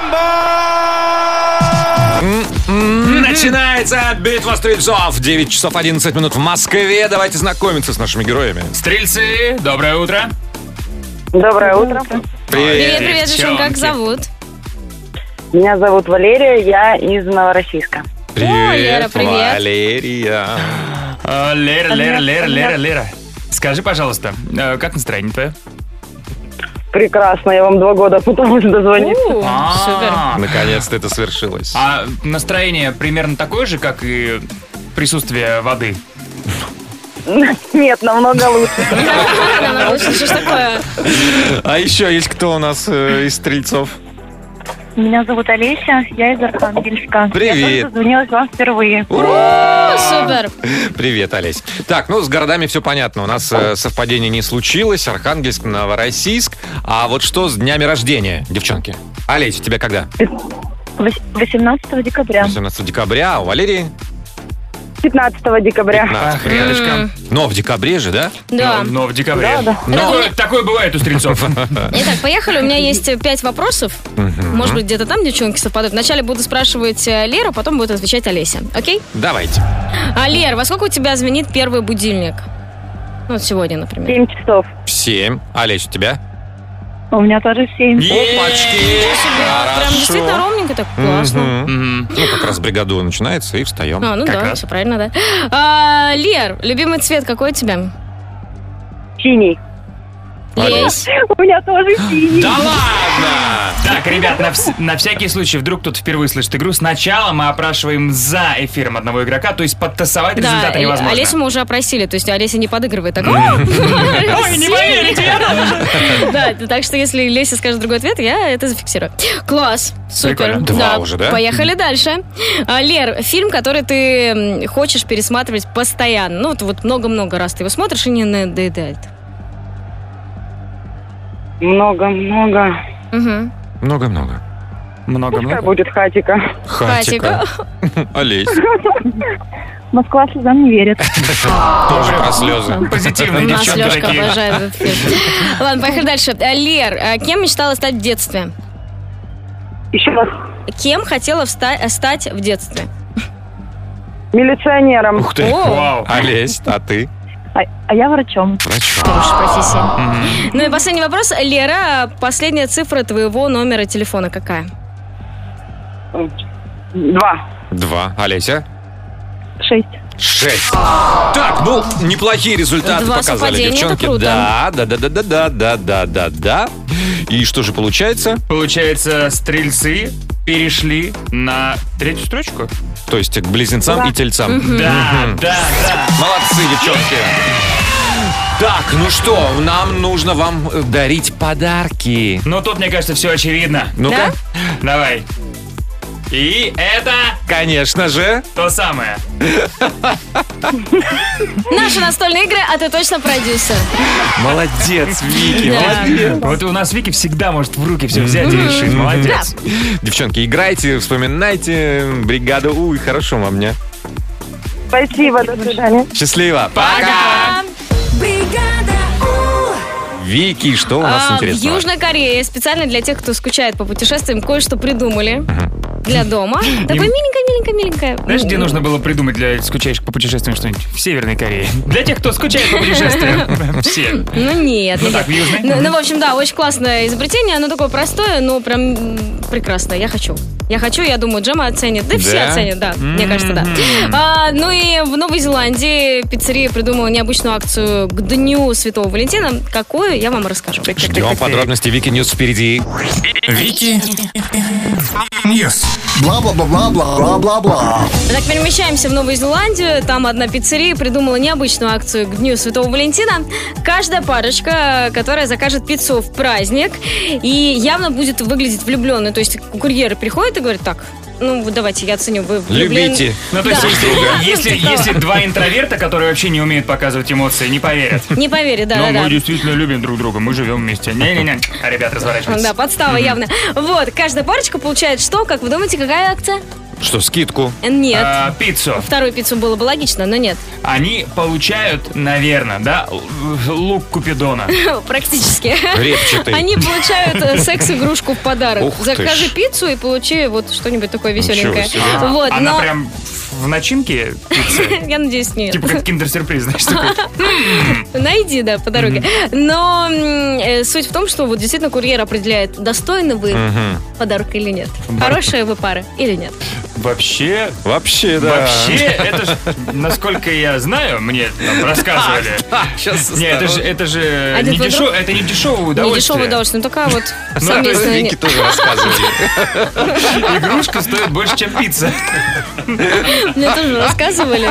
rumble! Начинается битва стрельцов. девять часов одиннадцать минут в Москве. Давайте знакомиться с нашими героями. Стрельцы, доброе утро. Доброе утро. Привет. Привет, привет, девчонки, как зовут? Меня зовут Валерия, я из Новороссийска. Привет, О, Лера, привет. Валерия. А, Лера, Лера, Лера, Лера, Лера. Скажи, пожалуйста, э, как настроение твое? Прекрасно, я вам два года пыталась дозвониться. А, Наконец-то это свершилось. А настроение примерно такое же, как и присутствие воды? Нет, намного лучше. Намного лучше, что ж такое? А еще есть кто у нас э, из стрельцов? Меня зовут Олеся, я из Архангельска. Привет. Я тоже дозвонилась вам впервые. О, супер. Привет, Олесь. Так, ну с городами все понятно. У нас э, совпадений не случилось. Архангельск, Новороссийск. А вот что с днями рождения, девчонки? Олесь, у тебя когда? восемнадцатого декабря. восемнадцатого декабря, а у Валерии? пятнадцатого декабря. пятнадцатого. Рядышком. Но в декабре же, да? Да. Но, но в декабре. Да, да. Такое, такое бывает у стрельцов. Итак, поехали. У меня есть пять вопросов. Может быть, где-то там девчонки совпадают. Вначале буду спрашивать э, Леру, потом будет отвечать Олеся. Окей? Давайте. А, Лер, во сколько у тебя звенит первый будильник? Ну, вот сегодня, например. Семь часов. В семь. Олесь, у тебя? У меня тоже семь. Опачки! Прям действительно ровненько, так классно. Мгм. Ну, как раз бригада начинается, и встаем. А, ну Как да, раз. все правильно, да. А, Лер, любимый цвет какой у тебя? Синий. Лесь. У меня тоже синий. Да ладно! Так, ребят, на, вс- на всякий случай, вдруг кто-то впервые слышит игру, сначала мы опрашиваем за эфиром одного игрока, то есть подтасовать Да, результаты невозможно. Олесю мы уже опросили, то есть Олеся не подыгрывает. Так, «О, Ой, не поверите, я тоже. Да, так что если Леся скажет другой ответ, я это зафиксирую. Класс, супер. Прикольно. Два уже, да? Поехали дальше. А, Лер, фильм, который ты м, хочешь пересматривать постоянно. Ну, вот- вот много-много раз ты его смотришь и не надоедает. Много-много. Угу. Много-много. Пускай будет хатика. Хатика. Олесь. Москва слезам не верит. Тоже про слезы. Позитивные У нас девчонки Лешка такие. обожает этот фильм. Ладно, поехали дальше. А, Лер, а кем мечтала стать в детстве? Еще раз. Кем хотела вста- стать в детстве? Милиционером. Ух ты. О. Олесь, а ты? А, а я врачом. Хорошая профессия. Ну и последний вопрос. Лера, последняя цифра твоего номера телефона какая? Два. Два. Олеся? Шесть. Шесть. Так, ну, неплохие результаты Два показали совпадения, это девчонки. круто. Да, да, да, да, да, да, да, да, да, да. И что же получается? Получается, стрельцы перешли на третью строчку? То есть к близнецам Да. и тельцам. Мгм. Да, да, да. Молодцы, девчонки. Так, ну что, нам нужно вам э, дарить подарки. Ну, тут, мне кажется, все очевидно. Ну-ка. Давай. И это... Конечно же. То самое. Наши настольные игры, а ты точно продюсер. Молодец, Вики, Да. молодец. Вот у нас Вики всегда может в руки все взять и Мгм. решить. Молодец. Девчонки, играйте, вспоминайте. Бригада У, и хорошего вам дня. Спасибо, до свидания. Счастливо. Пока! Вики, что у нас А, в интересного? Южной Корее специально для тех, кто скучает по путешествиям, кое-что придумали для дома. Такое миленькое-миленькое-миленькое. Знаешь, где нужно было придумать для скучающих по путешествиям что-нибудь? В Северной Корее. Для тех, кто скучает по путешествиям. Все. Ну нет. Ну нет. так, в Южной? Ну, ну, в общем, да, очень классное изобретение. Оно такое простое, но прям м, прекрасное. Я хочу. Я хочу, я думаю, Джема оценит. Да, Да? все оценят, да. Мне кажется, да. А, ну и в Новой Зеландии пиццерия придумала необычную акцию к Дню Святого Валентина. Какую, я вам расскажу. Ждем подробности. Вики Ньюс впереди. Вики Ньюс. Бла-бла-бла-бла-бла-бла-бла. Так, перемещаемся в Новую Зеландию. Там одна пиццерия придумала необычную акцию к Дню Святого Валентина. Каждая парочка, которая закажет пиццу в праздник и явно будет выглядеть влюбленной. То есть курьеры приходят и говорят: так, ну, давайте, я ценю, вы влюблены. Любите. Ну, то есть, Да. если, если, если два интроверта, которые вообще не умеют показывать эмоции, не поверят. Не поверит, да, Но да, мы да. действительно любим друг друга, мы живем вместе. Не-не-не, а, ребят, разворачивайтесь. Да, подстава явно. Вот, каждая парочка получает что? Как вы думаете, какая акция? Что, скидку? Нет. А, пиццу. Вторую пиццу было бы логично, но нет. Они получают, наверное, да, л- лук Купидона. Практически. Репчатый. Они получают э, секс-игрушку в подарок. Ух ты Закажи ж. пиццу и получи вот что-нибудь такое веселенькое. себе. А, Вот, Она но... прям в начинке пиццы. Я надеюсь, нет. Типа как киндер-сюрприз, знаешь, такой. Найди, да, по дороге. Но м, э, суть в том, что вот действительно курьер определяет, достойны вы Мгм. подарка или нет. Хорошая вы пара или нет. Вообще, Вообще, да. вообще, это же, насколько я знаю, мне там рассказывали. Сейчас Не, это же, это же Один не твой дешев- друг? это не дешевое Не удовольствие. дешевое удовольствие, но такая вот Ну, то есть совместная... Вики тоже рассказывали. Игрушка стоит больше, чем пицца. Мне тоже рассказывали.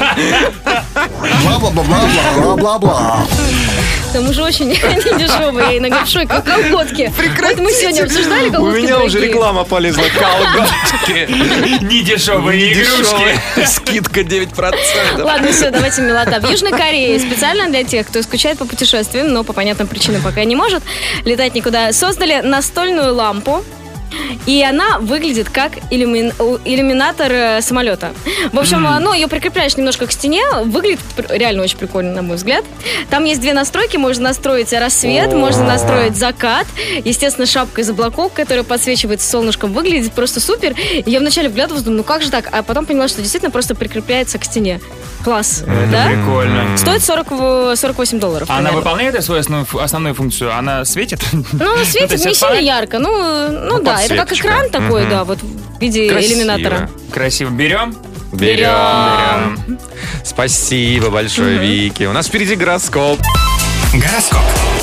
Бла-бла-бла-бла-бла-бла-бла. К тому же очень недешевые. Я иногда в шоке. Колготки. Вот мы сегодня обсуждали У колготки меня уже дорогие. реклама полезла. Колготки. Недешевые игрушки. Недешевые. Скидка девять процентов. Ладно, все, давайте милота. В Южной Корее специально для тех, кто скучает по путешествиям, но по понятным причинам пока не может летать никуда, создали настольную лампу. И она выглядит как иллюмин- у- иллюминатор э, самолета. В общем, М. ну, ее прикрепляешь немножко к стене. Выглядит пр- реально очень прикольно, на мой взгляд. Там есть две настройки. Можно настроить рассвет, О. можно настроить закат. Естественно, шапка из облаков, которая подсвечивается солнышком, выглядит просто супер. И я вначале вглядывалась, думаю, ну как же так? А потом поняла, что действительно просто прикрепляется к стене. Класс, Это да? прикольно. Стоит сорок, в- сорок восемь долларов. Она примерно. выполняет свою основную, основную функцию? Она светит? Ну, она то светит есть не это сильно фонарь? ярко. Ну, ну, да, это как подсветочка. экран такой, Мгм. да, вот в виде Красиво. иллюминатора. Красиво. Берем? Берем. Спасибо большое, Вики. У нас впереди гороскоп. Гороскоп.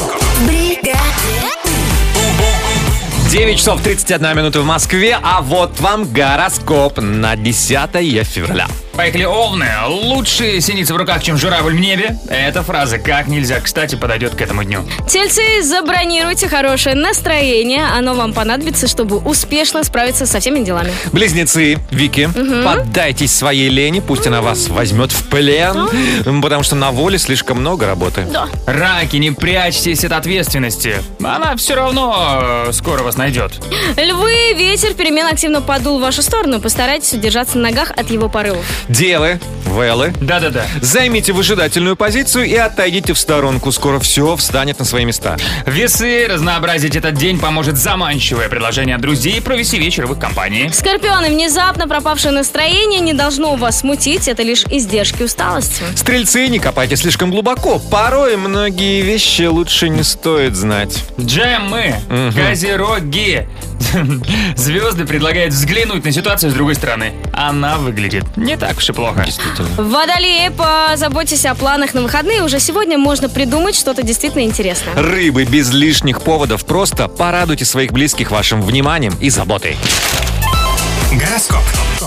девять часов тридцать одна минута в Москве, а вот вам гороскоп на десятое февраля. Поехали, овны. Лучше синица в руках, чем журавль в небе. Эта фраза как нельзя кстати подойдет к этому дню. Тельцы, забронируйте хорошее настроение. Оно вам понадобится, чтобы успешно справиться со всеми делами. Близнецы, Вики, поддайтесь своей лени, пусть она вас возьмет в плен, потому что на воле слишком много работы. Да. Раки, не прячьтесь от ответственности. Она все равно э, скоро вас найдет. Львы, ветер перемен активно подул в вашу сторону. Постарайтесь удержаться на ногах от его порывов. Девы, Велы, Да-да-да. займите выжидательную позицию и отойдите в сторонку. Скоро все встанет на свои места. Весы, разнообразить этот день поможет заманчивое предложение от друзей провести вечер в их компании. Скорпионы, внезапно пропавшее настроение не должно вас смутить. Это лишь издержки усталости. Стрельцы, не копайте слишком глубоко. Порой многие вещи лучше не стоит знать. Джеммы, козероги. Звезды предлагают взглянуть на ситуацию с другой стороны. Она выглядит не так уж и плохо. Действительно. Водолеи, позаботьтесь о планах на выходные. Уже сегодня можно придумать что-то действительно интересное. Рыбы, без лишних поводов, просто порадуйте своих близких вашим вниманием и заботой. Гороскоп.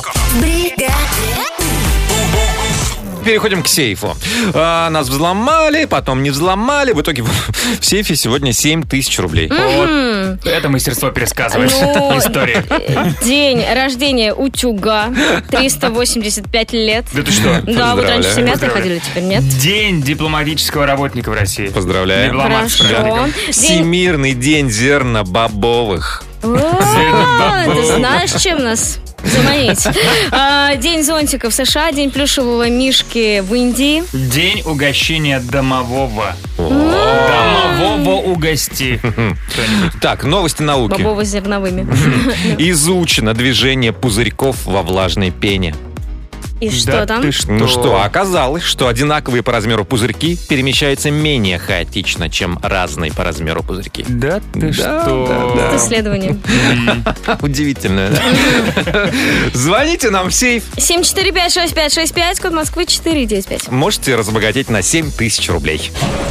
Переходим к сейфу. А, нас взломали, потом не взломали. В итоге в сейфе сегодня семь тысяч рублей. Вот это мастерство пересказывать Ну, истории. День рождения утюга. триста восемьдесят пять лет. Да ты что? Да, вот раньше Поздравляю. семьдесят ходили, теперь нет. День дипломатического работника в России. Поздравляем. Дипломат с Хорошо. праздником. День... Всемирный день зернобобовых. О, ты знаешь, чем нас заманить? А, День зонтика в США, день плюшевого мишки в Индии. День угощения домового. Домового угости. Кто-нибудь. Так, новости науки. Бобовы с зерновыми. Изучено движение пузырьков во влажной пене. И что там? Ну что, оказалось, что одинаковые по размеру пузырьки перемещаются менее хаотично, чем разные по размеру пузырьки. Да ты что? Это исследование. Удивительно, да? Звоните нам в сейф. семь четыре пять шесть пять шесть пять, код Москвы четыре девять пять. Можете разбогатеть на семь тысяч рублей.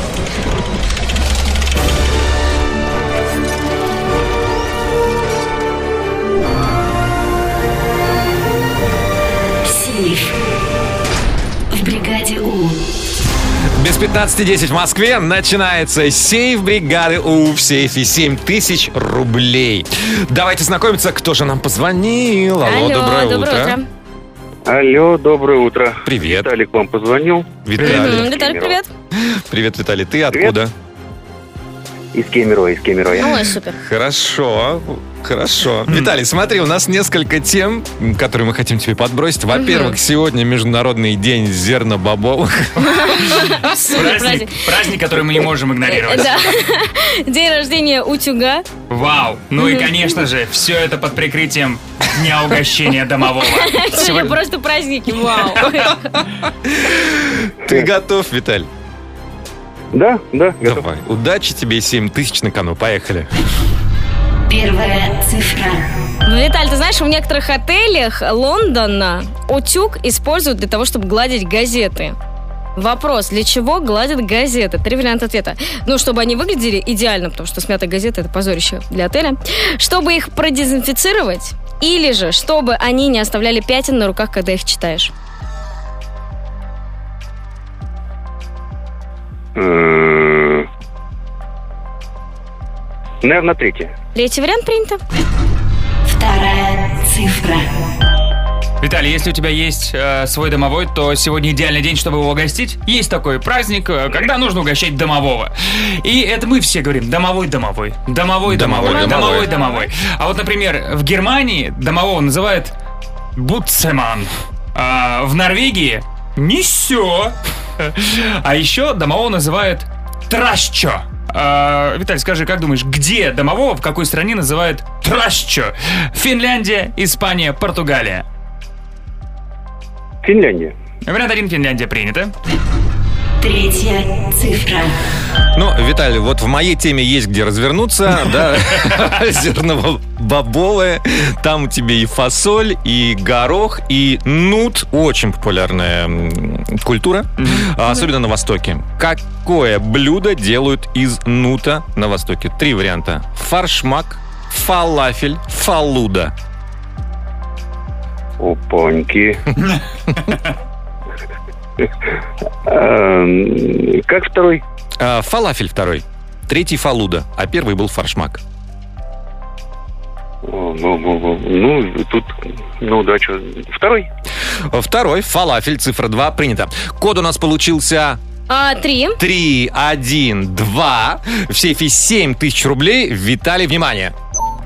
В бригаде У. Без пятнадцати десять в Москве начинается сейф бригады У. В сейфе семь тысяч рублей. Давайте знакомиться, кто же нам позвонил. Алло, Алло, доброе, доброе утро. утро. Алло, доброе утро. Привет. Виталик вам позвонил. Виталий. М, Виталий, привет. Привет, Виталий. Ты откуда? Из Кемерово, из Кемерово. Ой, супер. Хорошо, хорошо. Виталий, смотри, у нас несколько тем, которые мы хотим тебе подбросить. Во-первых, сегодня Международный день зернобобовых. Супер праздник. Праздник, который мы не можем игнорировать. Да. День рождения утюга. Вау! Ну и, конечно же, все это под прикрытием Дня угощения домового. Сегодня просто праздники, вау. Ты готов, Виталь? Да, да, готов. Давай. Удачи тебе, семь тысяч на кону. Поехали. Первая цифра. Ну, Виталь, ты знаешь, в некоторых отелях Лондона утюг используют для того, чтобы гладить газеты. Вопрос, для чего гладят газеты? Три варианта ответа. Ну, чтобы они выглядели идеально, потому что смятая газета – это позорище для отеля. Чтобы их продезинфицировать, или же, чтобы они не оставляли пятен на руках, когда их читаешь. Наверное, третье. Третий вариант принято. Вторая цифра. Виталий, если у тебя есть э, свой домовой, то сегодня идеальный день, чтобы его угостить. Есть такой праздник, э, когда нужно угощать домового. И это мы все говорим: домовой, домовой, домовой, домовой, домовой, домовой, домовой. А вот, например, в Германии домового называют буцеман, а в Норвегии нисё. А еще домового называют трашчо. А, Виталий, скажи, как думаешь, где домового, в какой стране называют трашчо? Финляндия, Испания, Португалия. Финляндия. Вариант один, Финляндия, принято. Третья цифра. Ну, Виталий, вот в моей теме есть где развернуться, да, зерново-бобовое. Там у тебя и фасоль, и горох, и нут. Очень популярная культура, особенно на Востоке. Какое блюдо делают из нута на Востоке? Три варианта. Фаршмак, фалафель, фалуда. Опаньки. Как второй? Фалафель второй. Третий фалуда, а первый был фаршмак. Ну, ну, тут, ну да, что, второй? Второй, фалафель, цифра два, принято. Код у нас получился... А, три. Три, один, два. В сейфе семь тысяч рублей. Виталий, внимание.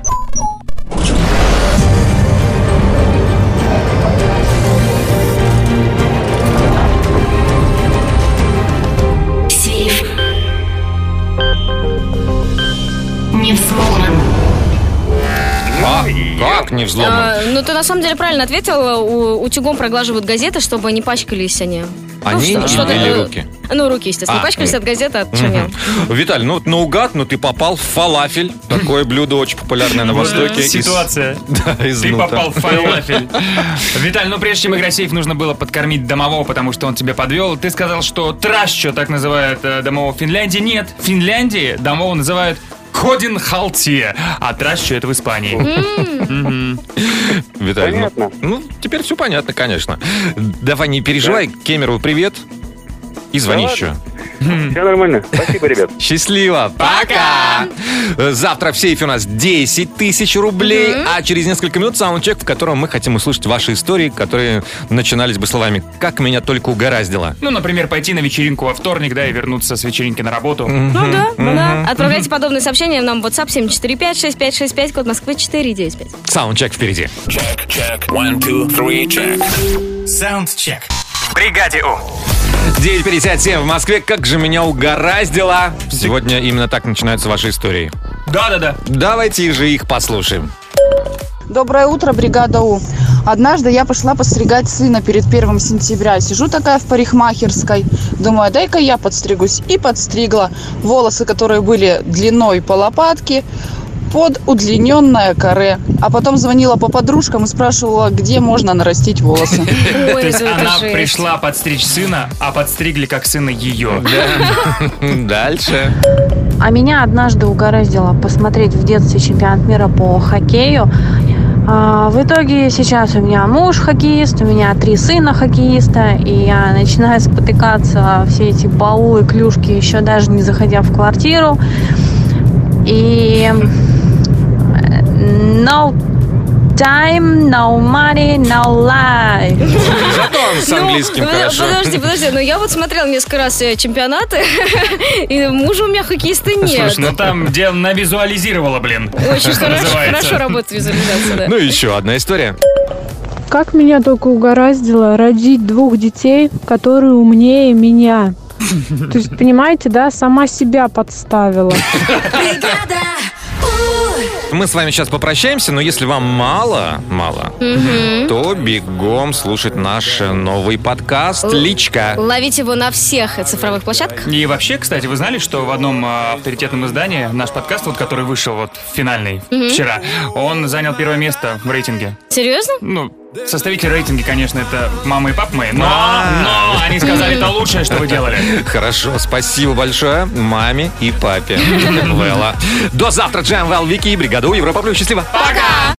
Не взломан. А, как не взломан? А, ну, ты на самом деле правильно ответил. У, утюгом проглаживают газеты, чтобы не пачкались они. Они ну, что, или что руки? Ну, руки, естественно. А, Пачкались ну. от газеты, от чернил. Угу. Виталь, ну наугад, но ты попал в фалафель. Такое блюдо очень популярное на Востоке. Ситуация. Да, из Ты нута. попал в фалафель. Виталь, ну прежде чем играть в сейф, нужно было подкормить домового, потому что он тебя подвел. Ты сказал, что трашчо так называют э, домового в Финляндии. Нет, в Финляндии домового называют Ходин Халтия, а трашчо это в Испании. Виталий, ну, Понятно. ну, теперь все понятно, конечно. Давай, не переживай. Кемерову привет. И звони Да еще. Все нормально. Спасибо, ребят. Счастливо. Пока. Завтра в сейфе у нас десять тысяч рублей, а через несколько минут саундчек, в котором мы хотим услышать ваши истории, которые начинались бы словами «Как меня только угораздило». Ну, например, пойти на вечеринку во вторник, да, и вернуться с вечеринки на работу. Ну да, ну да. Отправляйте подобные сообщения нам в WhatsApp семь четыре пять шесть пять шесть пять, код Москвы четыре девять пять. Саундчек впереди. Check, check, one, two, three, check. Soundcheck. В бригаде У. девять пятьдесят семь в Москве. Как же меня угораздило. Сегодня именно так начинаются ваши истории. Да-да-да. Давайте же их послушаем. Доброе утро, бригада У. Однажды я пошла постригать сына перед первым сентября. Сижу такая в парикмахерской. Думаю, дай-ка я подстригусь. И подстригла волосы, которые были длиной по лопатке, под удлиненное каре. А потом звонила по подружкам и спрашивала, где можно нарастить волосы. То есть она пришла подстричь сына, а подстригли как сына ее. Дальше. А меня однажды угораздило посмотреть в детстве чемпионат мира по хоккею. А, в итоге сейчас у меня муж хоккеист, у меня три сына хоккеиста, и я начинаю спотыкаться все эти баулы, клюшки, еще даже не заходя в квартиру. И no time, no money, no life. Зато он с английским ну, хорошо. Подожди, подожди, но я вот смотрела несколько раз чемпионаты, и мужа у меня хоккеиста нет. Слушай, ну там где навизуализировала, блин. Очень хорошо, хорошо работает визуализация, да. Ну еще одна история. Как меня только угораздило родить двух детей, которые умнее меня. То есть, понимаете, да, сама себя подставила. Мы с вами сейчас попрощаемся, но если вам мало, мало, Мгм. то бегом слушать наш новый подкаст «Личка». Ловить его на всех цифровых площадках. И вообще, кстати, вы знали, что в одном а, авторитетном издании наш подкаст, вот который вышел вот финальный Мгм. вчера, он занял первое место в рейтинге. Серьезно? Ну, составители рейтинга, конечно, это мама и папа мои, но, но они сказали, это лучшее, что вы делали. Хорошо, спасибо большое маме и папе. Вэлла. До завтра, Джем, Вэл, Вики и Бригаду Европа Плюс. Счастливо. Пока!